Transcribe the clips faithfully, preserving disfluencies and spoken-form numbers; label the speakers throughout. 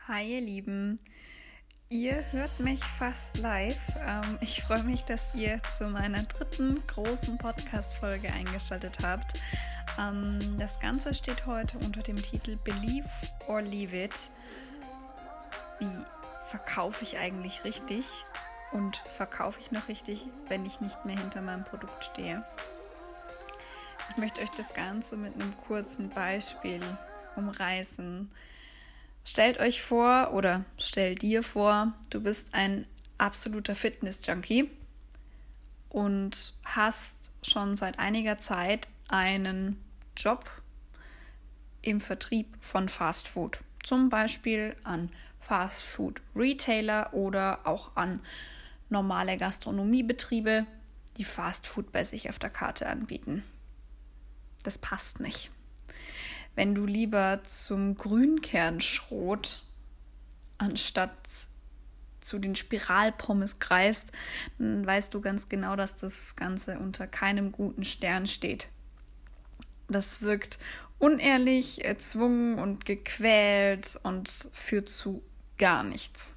Speaker 1: Hi ihr Lieben, ihr hört mich fast live. Ähm, ich freue mich, dass ihr zu meiner dritten großen Podcast-Folge eingeschaltet habt. Ähm, das Ganze steht heute unter dem Titel Believe or Leave It. Wie verkaufe ich eigentlich richtig und verkaufe ich noch richtig, wenn ich nicht mehr hinter meinem Produkt stehe? Ich möchte euch das Ganze mit einem kurzen Beispiel umreißen. Stellt euch vor oder stell dir vor, du bist ein absoluter Fitness-Junkie und hast schon seit einiger Zeit einen Job im Vertrieb von Fast Food. Zum Beispiel an Fast Food Retailer oder auch an normale Gastronomiebetriebe, die Fast Food bei sich auf der Karte anbieten. Das passt nicht. Wenn du lieber zum Grünkernschrot anstatt zu den Spiralpommes greifst, dann weißt du ganz genau, dass das Ganze unter keinem guten Stern steht. Das wirkt unehrlich, erzwungen und gequält und führt zu gar nichts.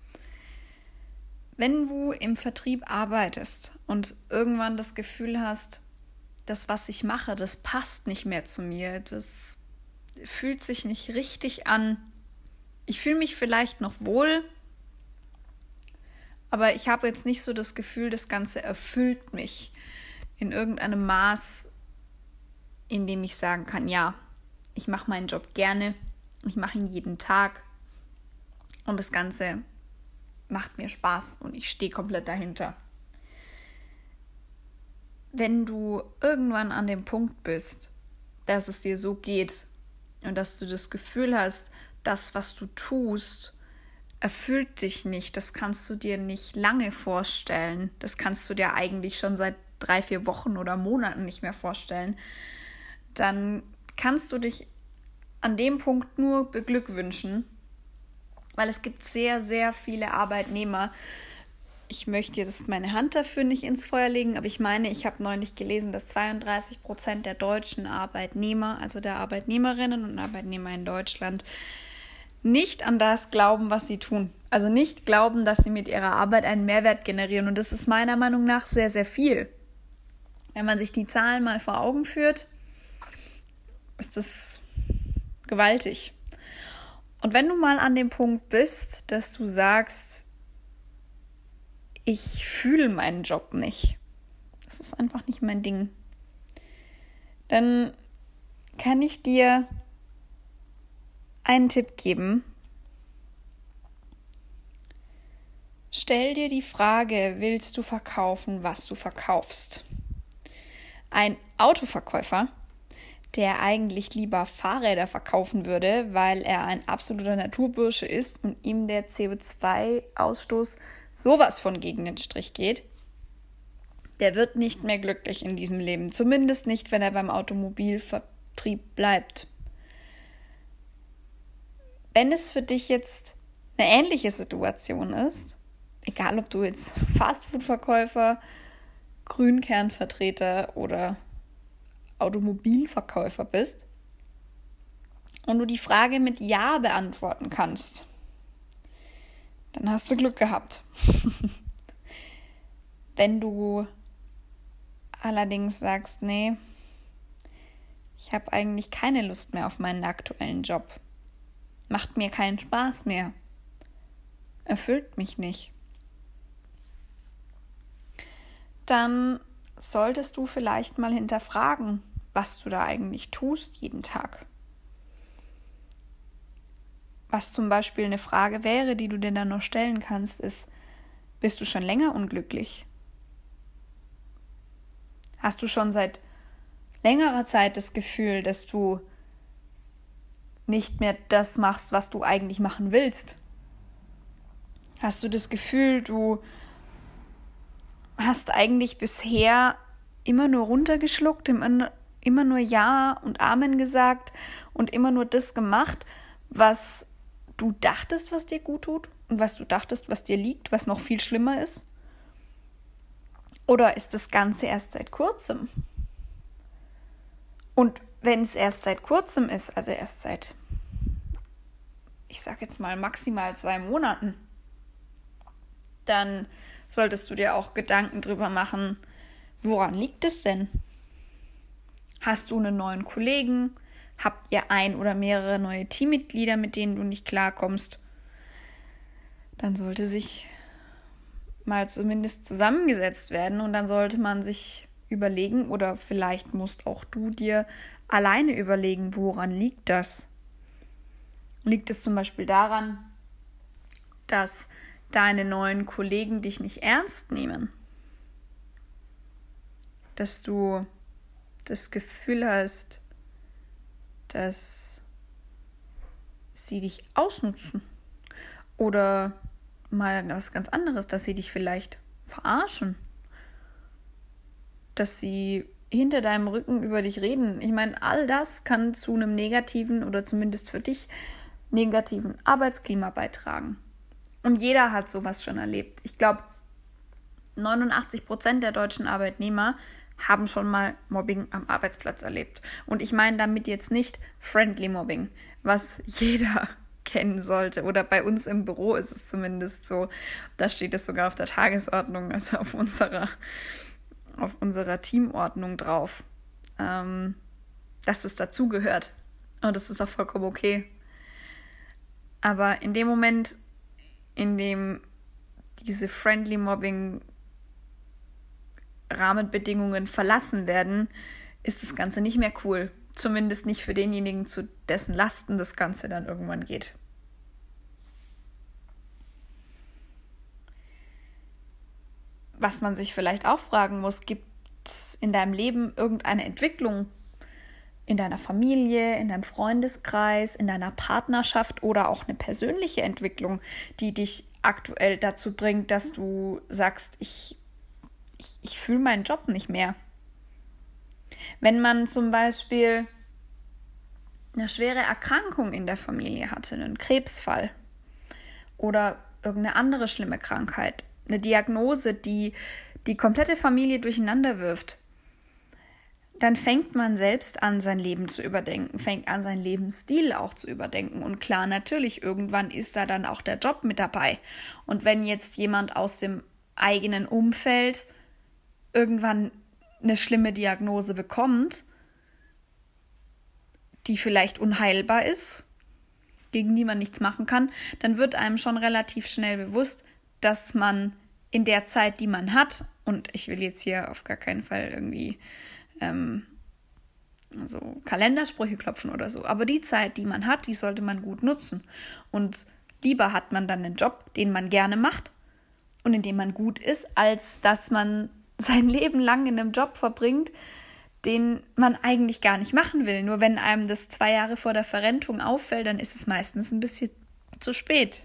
Speaker 1: Wenn du im Vertrieb arbeitest und irgendwann das Gefühl hast, das, was ich mache, das passt nicht mehr zu mir, das fühlt sich nicht richtig an. Ich fühle mich vielleicht noch wohl, aber ich habe jetzt nicht so das Gefühl, das Ganze erfüllt mich in irgendeinem Maß, in dem ich sagen kann, ja, ich mache meinen Job gerne, ich mache ihn jeden Tag und das Ganze macht mir Spaß und ich stehe komplett dahinter. Wenn du irgendwann an dem Punkt bist, dass es dir so geht und dass du das Gefühl hast, das, was du tust, erfüllt dich nicht, das kannst du dir nicht lange vorstellen, das kannst du dir eigentlich schon seit drei, vier Wochen oder Monaten nicht mehr vorstellen, dann kannst du dich an dem Punkt nur beglückwünschen, weil es gibt sehr, sehr viele Arbeitnehmer. Ich möchte jetzt meine Hand dafür nicht ins Feuer legen, aber ich meine, ich habe neulich gelesen, dass zweiunddreißig Prozent der deutschen Arbeitnehmer, also der Arbeitnehmerinnen und Arbeitnehmer in Deutschland, nicht an das glauben, was sie tun. Also nicht glauben, dass sie mit ihrer Arbeit einen Mehrwert generieren. Und das ist meiner Meinung nach sehr, sehr viel. Wenn man sich die Zahlen mal vor Augen führt, ist das gewaltig. Und wenn du mal an dem Punkt bist, dass du sagst, ich fühle meinen Job nicht, das ist einfach nicht mein Ding, dann kann ich dir einen Tipp geben. Stell dir die Frage, willst du verkaufen, was du verkaufst? Ein Autoverkäufer, der eigentlich lieber Fahrräder verkaufen würde, weil er ein absoluter Naturbursche ist und ihm der C O zwei Ausstoß sowas von gegen den Strich geht, der wird nicht mehr glücklich in diesem Leben. Zumindest nicht, wenn er beim Automobilvertrieb bleibt. Wenn es für dich jetzt eine ähnliche Situation ist, egal ob du jetzt Fastfood-Verkäufer, Grünkernvertreter oder Automobilverkäufer bist und du die Frage mit Ja beantworten kannst, dann hast du Glück gehabt. Wenn du allerdings sagst, nee, ich habe eigentlich keine Lust mehr auf meinen aktuellen Job, macht mir keinen Spaß mehr, erfüllt mich nicht, dann solltest du vielleicht mal hinterfragen, was du da eigentlich tust jeden Tag. Was zum Beispiel eine Frage wäre, die du dir dann noch stellen kannst, ist, bist du schon länger unglücklich? Hast du schon seit längerer Zeit das Gefühl, dass du nicht mehr das machst, was du eigentlich machen willst? Hast du das Gefühl, du hast eigentlich bisher immer nur runtergeschluckt, immer, immer nur Ja und Amen gesagt und immer nur das gemacht, was du dachtest, was dir gut tut und was du dachtest, was dir liegt, was noch viel schlimmer ist? Oder ist das Ganze erst seit kurzem? Und wenn es erst seit kurzem ist, also erst seit ich sag jetzt mal maximal zwei Monaten, dann solltest du dir auch Gedanken drüber machen, woran liegt es denn? Hast du einen neuen Kollegen? Habt ihr ein oder mehrere neue Teammitglieder, mit denen du nicht klarkommst? Dann sollte sich mal zumindest zusammengesetzt werden und dann sollte man sich überlegen, oder vielleicht musst auch du dir alleine überlegen, woran liegt das? Liegt es zum Beispiel daran, dass deine neuen Kollegen dich nicht ernst nehmen? Dass du das Gefühl hast, dass sie dich ausnutzen? Oder mal was ganz anderes, dass sie dich vielleicht verarschen? Dass sie hinter deinem Rücken über dich reden? Ich meine, all das kann zu einem negativen oder zumindest für dich negativen Arbeitsklima beitragen. Und jeder hat sowas schon erlebt. Ich glaube, neunundachtzig Prozent der deutschen Arbeitnehmer haben schon mal Mobbing am Arbeitsplatz erlebt. Und ich meine damit jetzt nicht Friendly Mobbing, was jeder kennen sollte. Oder bei uns im Büro ist es zumindest so, da steht es sogar auf der Tagesordnung, also auf unserer, auf unserer Teamordnung drauf, ähm, dass es dazugehört. Und das ist auch vollkommen okay. Aber in dem Moment, in dem diese Friendly Mobbing Rahmenbedingungen verlassen werden, ist das Ganze nicht mehr cool. Zumindest nicht für denjenigen, zu dessen Lasten das Ganze dann irgendwann geht. Was man sich vielleicht auch fragen muss, gibt es in deinem Leben irgendeine Entwicklung in deiner Familie, in deinem Freundeskreis, in deiner Partnerschaft oder auch eine persönliche Entwicklung, die dich aktuell dazu bringt, dass du sagst, ich Ich, ich fühle meinen Job nicht mehr. Wenn man zum Beispiel eine schwere Erkrankung in der Familie hatte, einen Krebsfall oder irgendeine andere schlimme Krankheit, eine Diagnose, die die komplette Familie durcheinander wirft, dann fängt man selbst an, sein Leben zu überdenken, fängt an, seinen Lebensstil auch zu überdenken. Und klar, natürlich, irgendwann ist da dann auch der Job mit dabei. Und wenn jetzt jemand aus dem eigenen Umfeld irgendwann eine schlimme Diagnose bekommt, die vielleicht unheilbar ist, gegen die man nichts machen kann, dann wird einem schon relativ schnell bewusst, dass man in der Zeit, die man hat, und ich will jetzt hier auf gar keinen Fall irgendwie ähm, so Kalendersprüche klopfen oder so, aber die Zeit, die man hat, die sollte man gut nutzen. Und lieber hat man dann einen Job, den man gerne macht und in dem man gut ist, als dass man sein Leben lang in einem Job verbringt, den man eigentlich gar nicht machen will. Nur wenn einem das zwei Jahre vor der Verrentung auffällt, dann ist es meistens ein bisschen zu spät.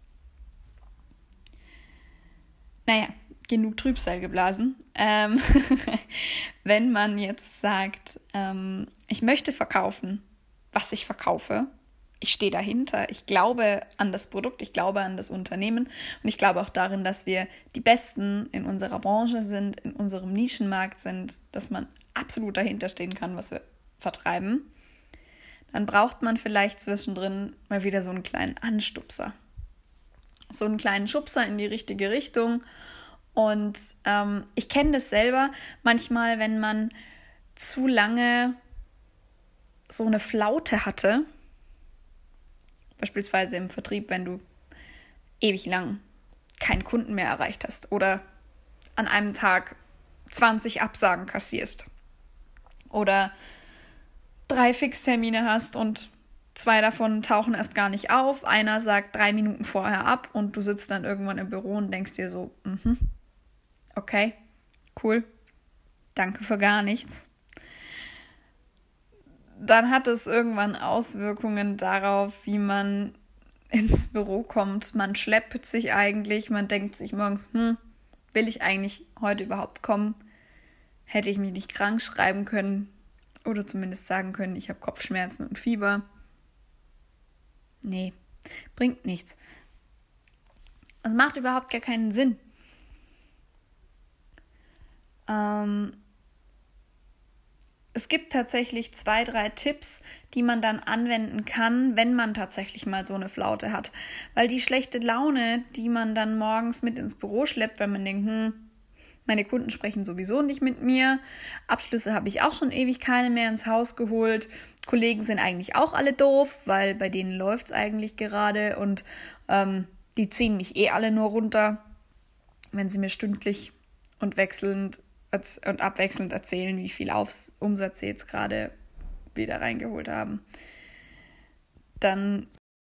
Speaker 1: Naja, genug Trübsal geblasen. Ähm, wenn man jetzt sagt, ähm, ich möchte verkaufen, was ich verkaufe, ich stehe dahinter, ich glaube an das Produkt, ich glaube an das Unternehmen und ich glaube auch darin, dass wir die Besten in unserer Branche sind, in unserem Nischenmarkt sind, dass man absolut dahinter stehen kann, was wir vertreiben, dann braucht man vielleicht zwischendrin mal wieder so einen kleinen Anstupser. So einen kleinen Schubser in die richtige Richtung. Und ähm, ich kenne das selber manchmal, wenn man zu lange so eine Flaute hatte, beispielsweise im Vertrieb, wenn du ewig lang keinen Kunden mehr erreicht hast oder an einem Tag zwanzig Absagen kassierst oder drei Fixtermine hast und zwei davon tauchen erst gar nicht auf, einer sagt drei Minuten vorher ab und du sitzt dann irgendwann im Büro und denkst dir so, mhm, okay, cool, danke für gar nichts. Dann hat es irgendwann Auswirkungen darauf, wie man ins Büro kommt. Man schleppt sich eigentlich, man denkt sich morgens, hm, will ich eigentlich heute überhaupt kommen? Hätte ich mich nicht krank schreiben können oder zumindest sagen können, ich habe Kopfschmerzen und Fieber. Nee, bringt nichts. Es macht überhaupt gar keinen Sinn. Ähm, es gibt tatsächlich zwei, drei Tipps, die man dann anwenden kann, wenn man tatsächlich mal so eine Flaute hat. Weil die schlechte Laune, die man dann morgens mit ins Büro schleppt, wenn man denkt, hm, meine Kunden sprechen sowieso nicht mit mir, Abschlüsse habe ich auch schon ewig keine mehr ins Haus geholt, Kollegen sind eigentlich auch alle doof, weil bei denen läuft es eigentlich gerade und ähm, die ziehen mich eh alle nur runter, wenn sie mir stündlich und wechselnd und abwechselnd erzählen, wie viel Aufs- Umsatz sie jetzt gerade wieder reingeholt haben. Dann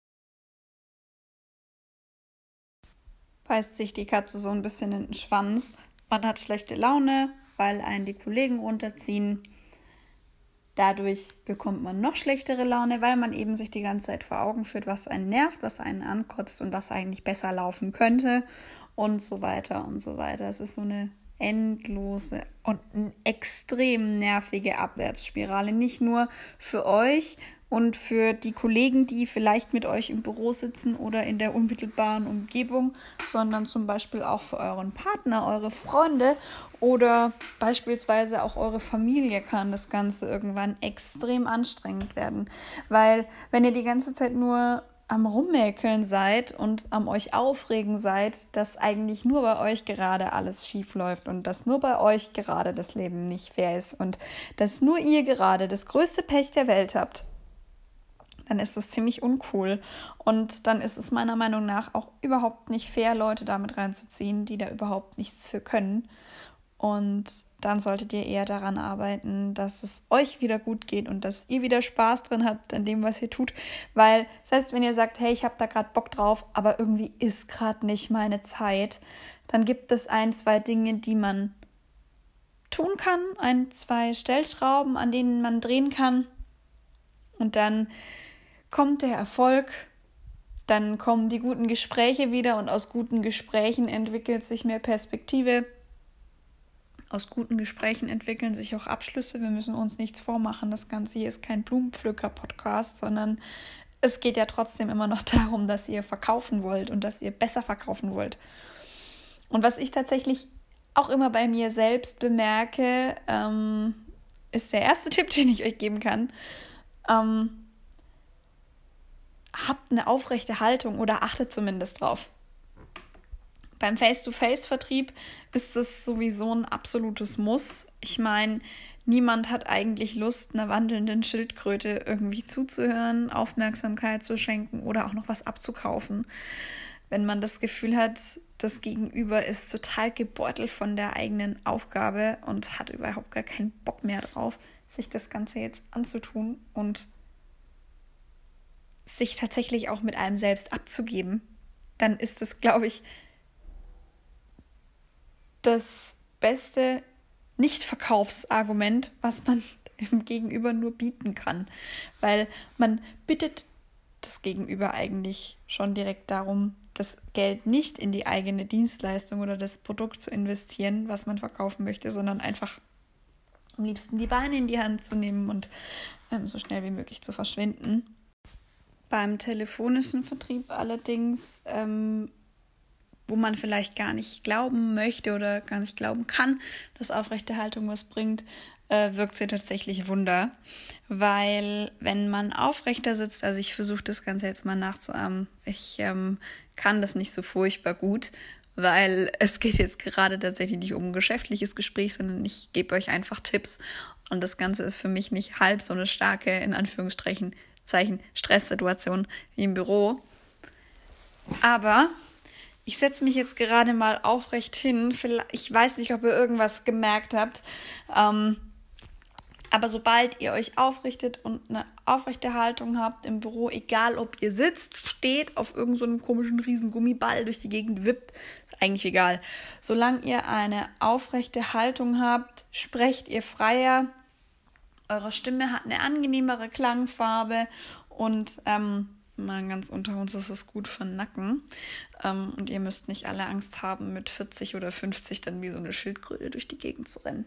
Speaker 1: beißt sich die Katze so ein bisschen in den Schwanz. Man hat schlechte Laune, weil einen die Kollegen runterziehen. Dadurch bekommt man noch schlechtere Laune, weil man eben sich die ganze Zeit vor Augen führt, was einen nervt, was einen ankotzt und was eigentlich besser laufen könnte und so weiter und so weiter. Es ist so eine endlose und extrem nervige Abwärtsspirale. Nicht nur für euch und für die Kollegen, die vielleicht mit euch im Büro sitzen oder in der unmittelbaren Umgebung, sondern zum Beispiel auch für euren Partner, eure Freunde oder beispielsweise auch eure Familie kann das Ganze irgendwann extrem anstrengend werden. Weil wenn ihr die ganze Zeit nur am Rummäkeln seid und am euch aufregen seid, dass eigentlich nur bei euch gerade alles schief läuft und dass nur bei euch gerade das Leben nicht fair ist und dass nur ihr gerade das größte Pech der Welt habt, dann ist das ziemlich uncool. Und dann ist es meiner Meinung nach auch überhaupt nicht fair, Leute damit reinzuziehen, die da überhaupt nichts für können. Und dann solltet ihr eher daran arbeiten, dass es euch wieder gut geht und dass ihr wieder Spaß drin habt an dem, was ihr tut. Weil selbst wenn ihr sagt, hey, ich habe da gerade Bock drauf, aber irgendwie ist gerade nicht meine Zeit, dann gibt es ein, zwei Dinge, die man tun kann, ein, zwei Stellschrauben, an denen man drehen kann. Und dann kommt der Erfolg, dann kommen die guten Gespräche wieder und aus guten Gesprächen entwickelt sich mehr Perspektive. Aus guten Gesprächen entwickeln sich auch Abschlüsse. Wir müssen uns nichts vormachen. Das Ganze hier ist kein Blumenpflücker-Podcast, sondern es geht ja trotzdem immer noch darum, dass ihr verkaufen wollt und dass ihr besser verkaufen wollt. Und was ich tatsächlich auch immer bei mir selbst bemerke, ähm, ist der erste Tipp, den ich euch geben kann. Ähm, habt eine aufrechte Haltung oder achtet zumindest drauf. Beim Face-to-Face-Vertrieb ist das sowieso ein absolutes Muss. Ich meine, niemand hat eigentlich Lust, einer wandelnden Schildkröte irgendwie zuzuhören, Aufmerksamkeit zu schenken oder auch noch was abzukaufen. Wenn man das Gefühl hat, das Gegenüber ist total gebeutelt von der eigenen Aufgabe und hat überhaupt gar keinen Bock mehr drauf, sich das Ganze jetzt anzutun und sich tatsächlich auch mit einem selbst abzugeben, dann ist es, glaube ich, das beste Nicht-Verkaufsargument, was man dem Gegenüber nur bieten kann. Weil man bittet das Gegenüber eigentlich schon direkt darum, das Geld nicht in die eigene Dienstleistung oder das Produkt zu investieren, was man verkaufen möchte, sondern einfach am liebsten die Beine in die Hand zu nehmen und ähm, so schnell wie möglich zu verschwinden. Beim telefonischen Vertrieb allerdings, ähm, wo man vielleicht gar nicht glauben möchte oder gar nicht glauben kann, dass Aufrechterhaltung was bringt, äh, wirkt sie tatsächlich Wunder. Weil wenn man aufrechter sitzt, also ich versuche das Ganze jetzt mal nachzuahmen, ich ähm, kann das nicht so furchtbar gut, weil es geht jetzt gerade tatsächlich nicht um ein geschäftliches Gespräch, sondern ich gebe euch einfach Tipps und das Ganze ist für mich nicht halb so eine starke, in Anführungsstrichen, Zeichen Stresssituation wie im Büro. Aber ich setze mich jetzt gerade mal aufrecht hin. Ich weiß nicht, ob ihr irgendwas gemerkt habt. Ähm, aber sobald ihr euch aufrichtet und eine aufrechte Haltung habt im Büro, egal ob ihr sitzt, steht, auf irgendeinem so komischen riesen Gummiball durch die Gegend wippt, ist eigentlich egal. Solange ihr eine aufrechte Haltung habt, sprecht ihr freier. Eure Stimme hat eine angenehmere Klangfarbe und ähm, mal ganz unter uns ist es gut für den Nacken. Ähm, und ihr müsst nicht alle Angst haben, mit vierzig oder fünfzig dann wie so eine Schildkröte durch die Gegend zu rennen.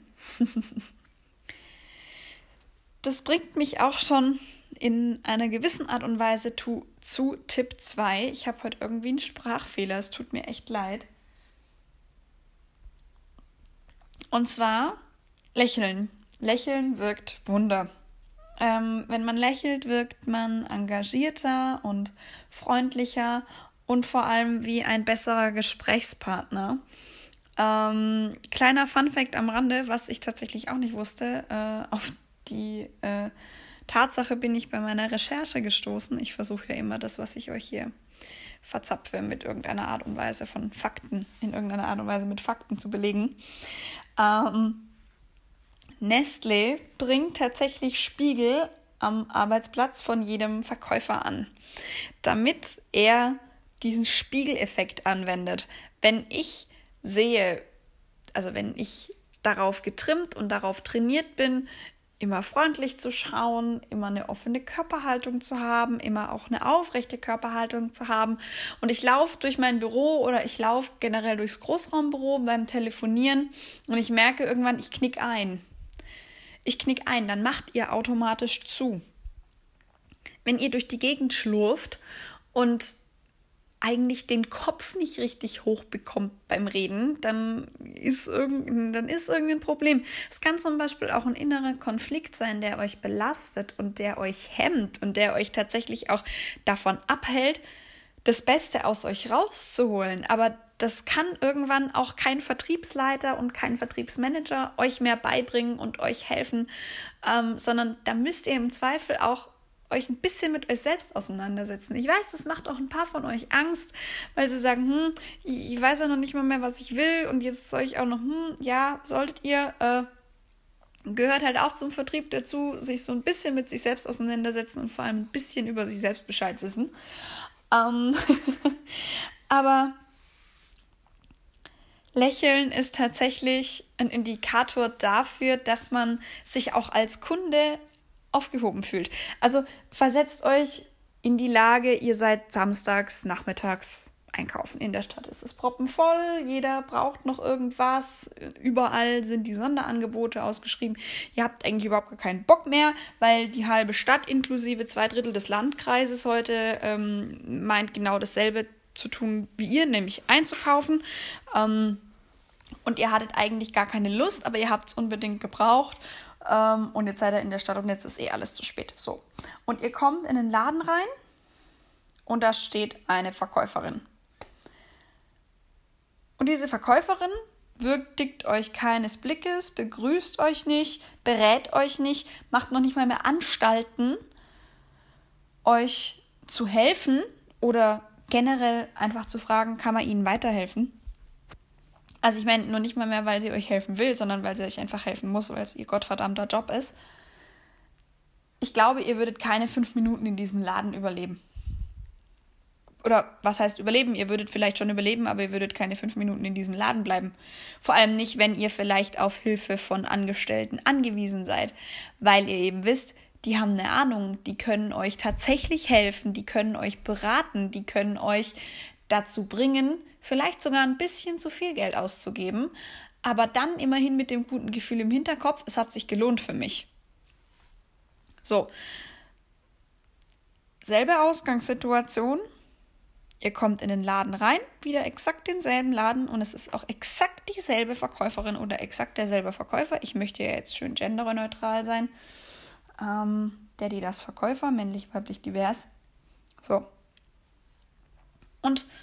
Speaker 1: Das bringt mich auch schon in einer gewissen Art und Weise zu, zu Tipp zwei. Ich habe heute irgendwie einen Sprachfehler, es tut mir echt leid. Und zwar lächeln. Lächeln wirkt Wunder. Ähm, wenn man lächelt, wirkt man engagierter und freundlicher und vor allem wie ein besserer Gesprächspartner. Ähm, kleiner Funfact am Rande, was ich tatsächlich auch nicht wusste, äh, auf die äh, Tatsache bin ich bei meiner Recherche gestoßen. Ich versuche ja immer das, was ich euch hier verzapfe, mit irgendeiner Art und Weise von Fakten, in irgendeiner Art und Weise mit Fakten zu belegen. Ähm, Nestlé bringt tatsächlich Spiegel am Arbeitsplatz von jedem Verkäufer an, damit er diesen Spiegeleffekt anwendet. Wenn ich sehe, also wenn ich darauf getrimmt und darauf trainiert bin, immer freundlich zu schauen, immer eine offene Körperhaltung zu haben, immer auch eine aufrechte Körperhaltung zu haben. Und ich laufe durch mein Büro oder ich laufe generell durchs Großraumbüro beim Telefonieren und ich merke irgendwann, ich knick ein. Ich knick ein, dann macht ihr automatisch zu. Wenn ihr durch die Gegend schlurft und eigentlich den Kopf nicht richtig hoch bekommt beim Reden, dann ist, irgendein, dann ist irgendein Problem. Es kann zum Beispiel auch ein innerer Konflikt sein, der euch belastet und der euch hemmt und der euch tatsächlich auch davon abhält, das Beste aus euch rauszuholen. Aber das kann irgendwann auch kein Vertriebsleiter und kein Vertriebsmanager euch mehr beibringen und euch helfen, ähm, sondern da müsst ihr im Zweifel auch euch ein bisschen mit euch selbst auseinandersetzen. Ich weiß, das macht auch ein paar von euch Angst, weil sie sagen, hm, ich weiß ja noch nicht mal mehr, was ich will und jetzt soll ich auch noch, hm, ja, solltet ihr, äh, gehört halt auch zum Vertrieb dazu, sich so ein bisschen mit sich selbst auseinandersetzen und vor allem ein bisschen über sich selbst Bescheid wissen. Ähm, aber Lächeln ist tatsächlich ein Indikator dafür, dass man sich auch als Kunde aufgehoben fühlt. Also versetzt euch in die Lage, ihr seid samstags, nachmittags einkaufen. In der Stadt ist es proppenvoll, jeder braucht noch irgendwas, überall sind die Sonderangebote ausgeschrieben. Ihr habt eigentlich überhaupt gar keinen Bock mehr, weil die halbe Stadt inklusive zwei Drittel des Landkreises heute ähm, meint genau dasselbe zu tun wie ihr, nämlich einzukaufen. Ähm, und ihr hattet eigentlich gar keine Lust, aber ihr habt es unbedingt gebraucht. Um, und jetzt seid ihr in der Stadt und jetzt ist eh alles zu spät. So. Und ihr kommt in den Laden rein und da steht eine Verkäuferin. Und diese Verkäuferin würdigt euch keines Blickes, begrüßt euch nicht, berät euch nicht, macht noch nicht mal mehr Anstalten, euch zu helfen oder generell einfach zu fragen, kann man ihnen weiterhelfen? Also ich meine, nur nicht mal mehr, weil sie euch helfen will, sondern weil sie euch einfach helfen muss, weil es ihr gottverdammter Job ist. Ich glaube, ihr würdet keine fünf Minuten in diesem Laden überleben. Oder was heißt überleben? Ihr würdet vielleicht schon überleben, aber ihr würdet keine fünf Minuten in diesem Laden bleiben. Vor allem nicht, wenn ihr vielleicht auf Hilfe von Angestellten angewiesen seid, weil ihr eben wisst, die haben eine Ahnung, die können euch tatsächlich helfen, die können euch beraten, die können euch dazu bringen, vielleicht sogar ein bisschen zu viel Geld auszugeben, aber dann immerhin mit dem guten Gefühl im Hinterkopf, es hat sich gelohnt für mich. So, selbe Ausgangssituation, ihr kommt in den Laden rein, wieder exakt denselben Laden und es ist auch exakt dieselbe Verkäuferin oder exakt derselbe Verkäufer. Ich möchte ja jetzt schön genderneutral sein. Ähm, der, die, das Verkäufer, männlich, weiblich, divers. So. Und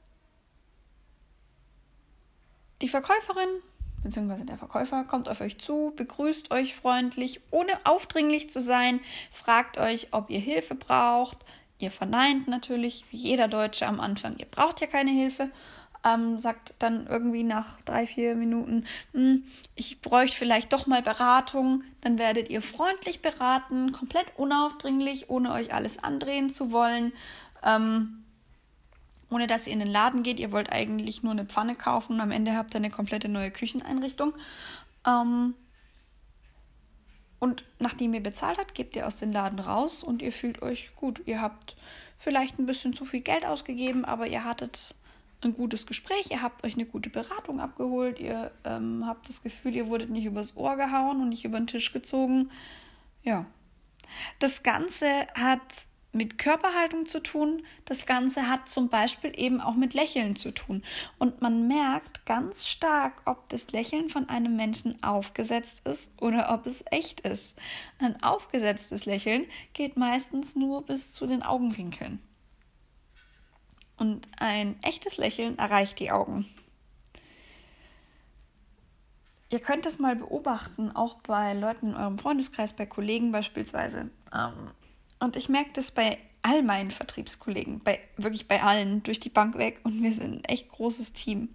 Speaker 1: die Verkäuferin bzw. der Verkäufer kommt auf euch zu, begrüßt euch freundlich, ohne aufdringlich zu sein, fragt euch, ob ihr Hilfe braucht. Ihr verneint natürlich, wie jeder Deutsche am Anfang, ihr braucht ja keine Hilfe. Ähm, sagt dann irgendwie nach drei, vier Minuten, hm, ich bräuchte vielleicht doch mal Beratung. Dann werdet ihr freundlich beraten, komplett unaufdringlich, ohne euch alles andrehen zu wollen. Ähm, ohne dass ihr in den Laden geht, ihr wollt eigentlich nur eine Pfanne kaufen und am Ende habt ihr eine komplette neue Kücheneinrichtung. Ähm, und nachdem ihr bezahlt habt, gebt ihr aus dem Laden raus und ihr fühlt euch gut. Ihr habt vielleicht ein bisschen zu viel Geld ausgegeben, aber ihr hattet ein gutes Gespräch, ihr habt euch eine gute Beratung abgeholt, ihr ähm, habt das Gefühl, ihr wurdet nicht übers Ohr gehauen und nicht über den Tisch gezogen. Ja. Das Ganze hat mit Körperhaltung zu tun. Das Ganze hat zum Beispiel eben auch mit Lächeln zu tun. Und man merkt ganz stark, ob das Lächeln von einem Menschen aufgesetzt ist oder ob es echt ist. Ein aufgesetztes Lächeln geht meistens nur bis zu den Augenwinkeln. Und ein echtes Lächeln erreicht die Augen. Ihr könnt das mal beobachten, auch bei Leuten in eurem Freundeskreis, bei Kollegen beispielsweise. Und ich merke das bei all meinen Vertriebskollegen, bei, wirklich bei allen, durch die Bank weg. Und wir sind ein echt großes Team.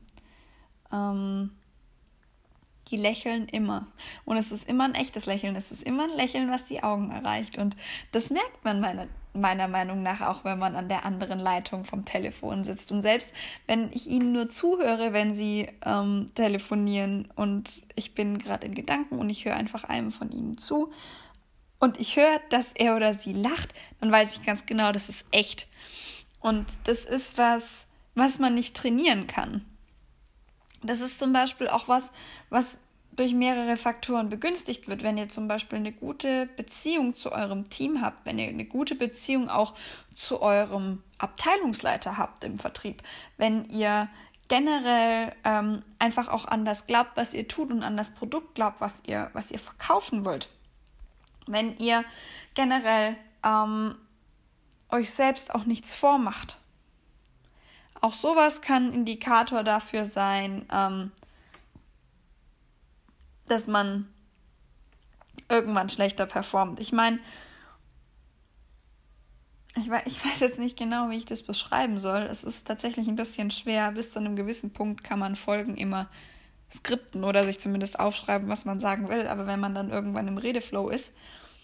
Speaker 1: Die lächeln immer. Und es ist immer ein echtes Lächeln. Es ist immer ein Lächeln, was die Augen erreicht. Und das merkt man meiner, meiner Meinung nach auch, wenn man an der anderen Leitung vom Telefon sitzt. Und selbst wenn ich ihnen nur zuhöre, wenn sie ähm, telefonieren und ich bin gerade in Gedanken und ich höre einfach einem von ihnen zu und ich höre, dass er oder sie lacht, dann weiß ich ganz genau, das ist echt. Und das ist was, was man nicht trainieren kann. Das ist zum Beispiel auch was, was durch mehrere Faktoren begünstigt wird. Wenn ihr zum Beispiel eine gute Beziehung zu eurem Team habt, wenn ihr eine gute Beziehung auch zu eurem Abteilungsleiter habt im Vertrieb, wenn ihr generell ähm, einfach auch an das glaubt, was ihr tut und an das Produkt glaubt, was ihr, was ihr verkaufen wollt, wenn ihr generell ähm, euch selbst auch nichts vormacht. Auch sowas kann ein Indikator dafür sein, ähm, dass man irgendwann schlechter performt. Ich meine, ich weiß, ich weiß jetzt nicht genau, wie ich das beschreiben soll. Es ist tatsächlich ein bisschen schwer. Bis zu einem gewissen Punkt kann man Folgen immer skripten oder sich zumindest aufschreiben, was man sagen will. Aber wenn man dann irgendwann im Redeflow ist,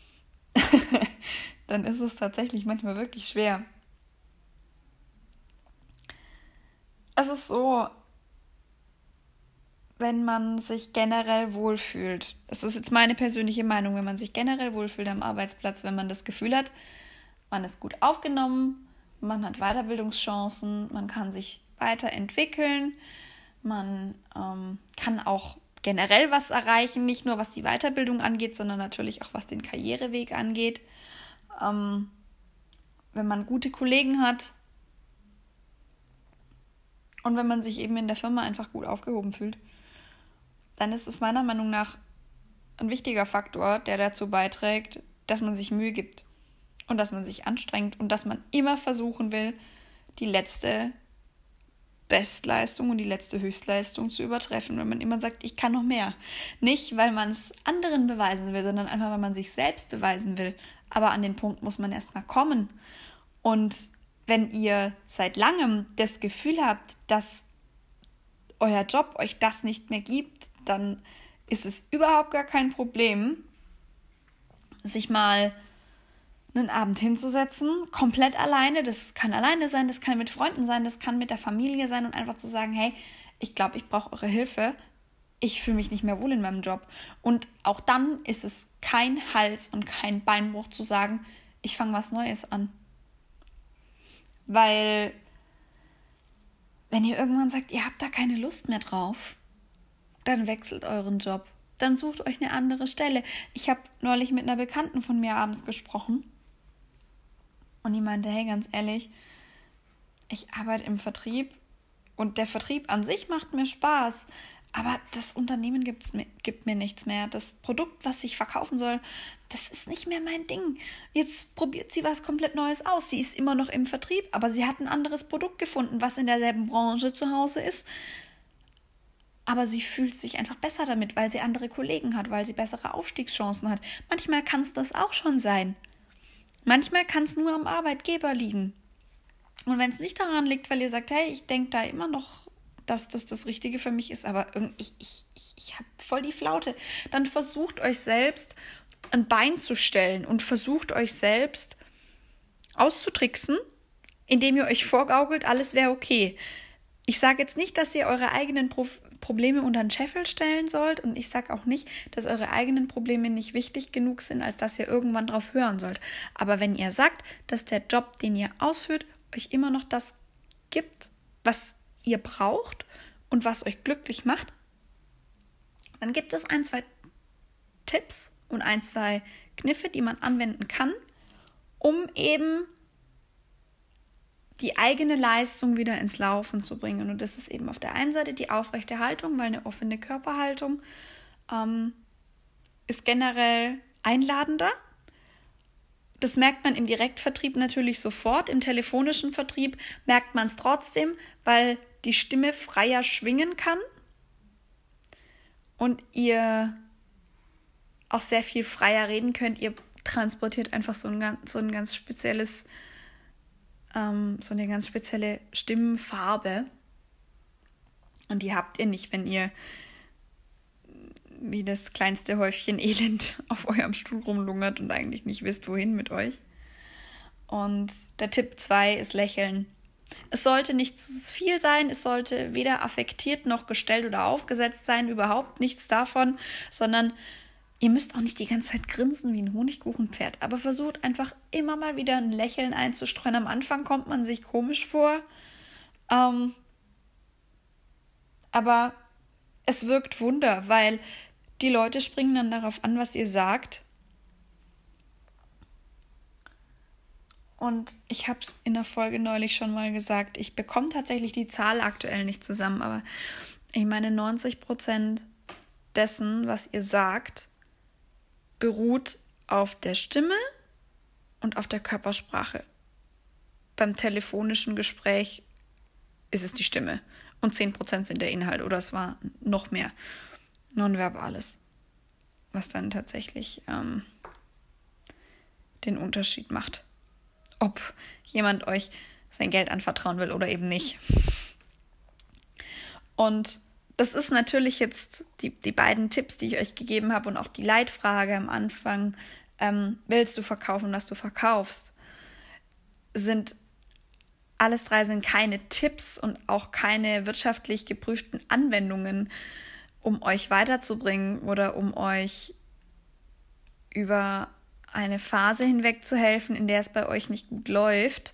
Speaker 1: dann ist es tatsächlich manchmal wirklich schwer. Es ist so, wenn man sich generell wohlfühlt. Das ist jetzt meine persönliche Meinung, wenn man sich generell wohlfühlt am Arbeitsplatz, wenn man das Gefühl hat, man ist gut aufgenommen, man hat Weiterbildungschancen, man kann sich weiterentwickeln, man ähm, kann auch generell was erreichen, nicht nur was die Weiterbildung angeht, sondern natürlich auch was den Karriereweg angeht. Ähm, wenn man gute Kollegen hat und wenn man sich eben in der Firma einfach gut aufgehoben fühlt, dann ist es meiner Meinung nach ein wichtiger Faktor, der dazu beiträgt, dass man sich Mühe gibt und dass man sich anstrengt und dass man immer versuchen will, die letzte Bestleistung und die letzte Höchstleistung zu übertreffen. Wenn man immer sagt, ich kann noch mehr. Nicht, weil man es anderen beweisen will, sondern einfach, weil man sich selbst beweisen will. Aber an den Punkt muss man erstmal kommen. Und wenn ihr seit langem das Gefühl habt, dass euer Job euch das nicht mehr gibt, dann ist es überhaupt gar kein Problem, sich mal einen Abend hinzusetzen, komplett alleine. Das kann alleine sein, das kann mit Freunden sein, das kann mit der Familie sein und einfach zu sagen, hey, ich glaube, ich brauche eure Hilfe. Ich fühle mich nicht mehr wohl in meinem Job. Und auch dann ist es kein Hals und kein Beinbruch zu sagen, ich fange was Neues an. Weil wenn ihr irgendwann sagt, ihr habt da keine Lust mehr drauf, dann wechselt euren Job. Dann sucht euch eine andere Stelle. Ich habe neulich mit einer Bekannten von mir abends gesprochen und die meinte, hey, ganz ehrlich, ich arbeite im Vertrieb und der Vertrieb an sich macht mir Spaß, aber das Unternehmen gibt's mir, gibt mir nichts mehr. Das Produkt, was ich verkaufen soll, das ist nicht mehr mein Ding. Jetzt probiert sie was komplett Neues aus. Sie ist immer noch im Vertrieb, aber sie hat ein anderes Produkt gefunden, was in derselben Branche zu Hause ist. Aber sie fühlt sich einfach besser damit, weil sie andere Kollegen hat, weil sie bessere Aufstiegschancen hat. Manchmal kann es das auch schon sein. Manchmal kann es nur am Arbeitgeber liegen. Und wenn es nicht daran liegt, weil ihr sagt, hey, ich denke da immer noch, dass das das Richtige für mich ist, aber ich, ich, ich, ich habe voll die Flaute, dann versucht euch selbst ein Bein zu stellen und versucht euch selbst auszutricksen, indem ihr euch vorgaukelt, alles wäre okay. Ich sage jetzt nicht, dass ihr eure eigenen Pro- Probleme unter den Scheffel stellen sollt und ich sage auch nicht, dass eure eigenen Probleme nicht wichtig genug sind, als dass ihr irgendwann drauf hören sollt. Aber wenn ihr sagt, dass der Job, den ihr ausführt, euch immer noch das gibt, was ihr braucht und was euch glücklich macht, dann gibt es ein, zwei Tipps und ein, zwei Kniffe, die man anwenden kann, um eben die eigene Leistung wieder ins Laufen zu bringen. Und das ist eben auf der einen Seite die aufrechte Haltung, weil eine offene Körperhaltung ähm, ist generell einladender. Das merkt man im Direktvertrieb natürlich sofort. Im telefonischen Vertrieb merkt man es trotzdem, weil die Stimme freier schwingen kann und ihr auch sehr viel freier reden könnt. Ihr transportiert einfach so ein, so ein ganz spezielles so eine ganz spezielle Stimmenfarbe. Und die habt ihr nicht, wenn ihr wie das kleinste Häufchen Elend auf eurem Stuhl rumlungert und eigentlich nicht wisst, wohin mit euch. Und der Tipp zwei ist Lächeln. Es sollte nicht zu viel sein, es sollte weder affektiert noch gestellt oder aufgesetzt sein, überhaupt nichts davon, sondern ihr müsst auch nicht die ganze Zeit grinsen wie ein Honigkuchenpferd, aber versucht einfach immer mal wieder ein Lächeln einzustreuen. Am Anfang kommt man sich komisch vor, ähm, aber es wirkt Wunder, weil die Leute springen dann darauf an, was ihr sagt. Und ich habe es in der Folge neulich schon mal gesagt, ich bekomme tatsächlich die Zahl aktuell nicht zusammen, aber ich meine neunzig Prozent dessen, was ihr sagt, beruht auf der Stimme und auf der Körpersprache. Beim telefonischen Gespräch ist es die Stimme und zehn Prozent sind der Inhalt oder es war noch mehr Nonverbales, was dann tatsächlich ähm, den Unterschied macht, ob jemand euch sein Geld anvertrauen will oder eben nicht. Und das ist natürlich jetzt die, die beiden Tipps, die ich euch gegeben habe und auch die Leitfrage am Anfang, ähm, willst du verkaufen, was du verkaufst, sind, alles drei sind keine Tipps und auch keine wirtschaftlich geprüften Anwendungen, um euch weiterzubringen oder um euch über eine Phase hinweg zu helfen, in der es bei euch nicht gut läuft.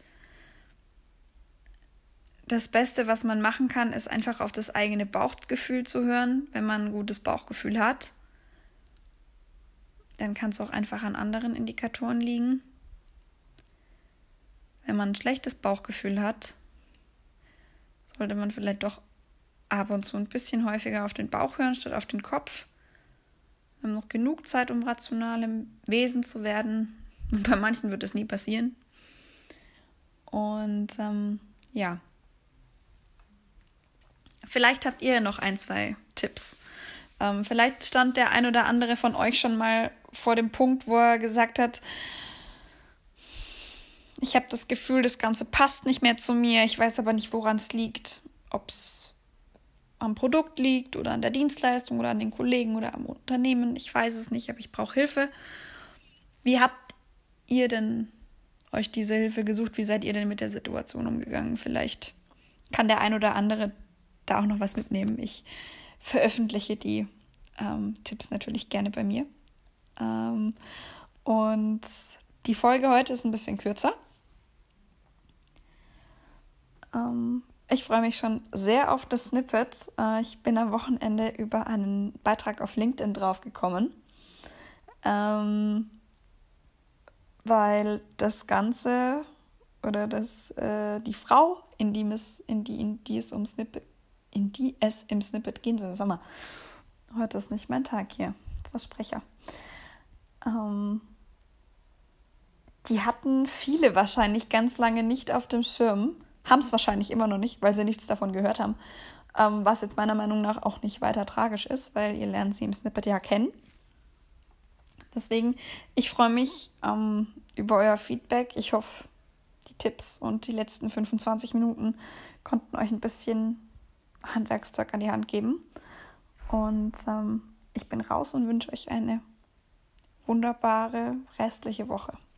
Speaker 1: Das Beste, was man machen kann, ist einfach auf das eigene Bauchgefühl zu hören. Wenn man ein gutes Bauchgefühl hat, dann kann es auch einfach an anderen Indikatoren liegen. Wenn man ein schlechtes Bauchgefühl hat, sollte man vielleicht doch ab und zu ein bisschen häufiger auf den Bauch hören, statt auf den Kopf. Wir haben noch genug Zeit, um rationalem Wesen zu werden. Und bei manchen wird es nie passieren. Und ähm, ja, vielleicht habt ihr noch ein, zwei Tipps. Ähm, vielleicht stand der ein oder andere von euch schon mal vor dem Punkt, wo er gesagt hat, ich habe das Gefühl, das Ganze passt nicht mehr zu mir. Ich weiß aber nicht, woran es liegt. Ob es am Produkt liegt oder an der Dienstleistung oder an den Kollegen oder am Unternehmen. Ich weiß es nicht, aber ich brauche Hilfe. Wie habt ihr denn euch diese Hilfe gesucht? Wie seid ihr denn mit der Situation umgegangen? Vielleicht kann der ein oder andere da auch noch was mitnehmen. Ich veröffentliche die ähm, Tipps natürlich gerne bei mir. Ähm, und die Folge heute ist ein bisschen kürzer. Ähm, ich freue mich schon sehr auf das Snippet. Äh, ich bin am Wochenende über einen Beitrag auf LinkedIn draufgekommen, ähm, weil das Ganze oder das, äh, die Frau, in die, es, in, die, in die es um Snippet in die es im Snippet gehen soll. Sag mal, heute ist nicht mein Tag hier. Versprecher. Ähm, die hatten viele wahrscheinlich ganz lange nicht auf dem Schirm, haben es wahrscheinlich immer noch nicht, weil sie nichts davon gehört haben, ähm, was jetzt meiner Meinung nach auch nicht weiter tragisch ist, weil ihr lernt sie im Snippet ja kennen. Deswegen, ich freue mich ähm, über euer Feedback. Ich hoffe, die Tipps und die letzten fünfundzwanzig Minuten konnten euch ein bisschen Handwerkszeug an die Hand geben. Und ähm, ich bin raus und wünsche euch eine wunderbare restliche Woche.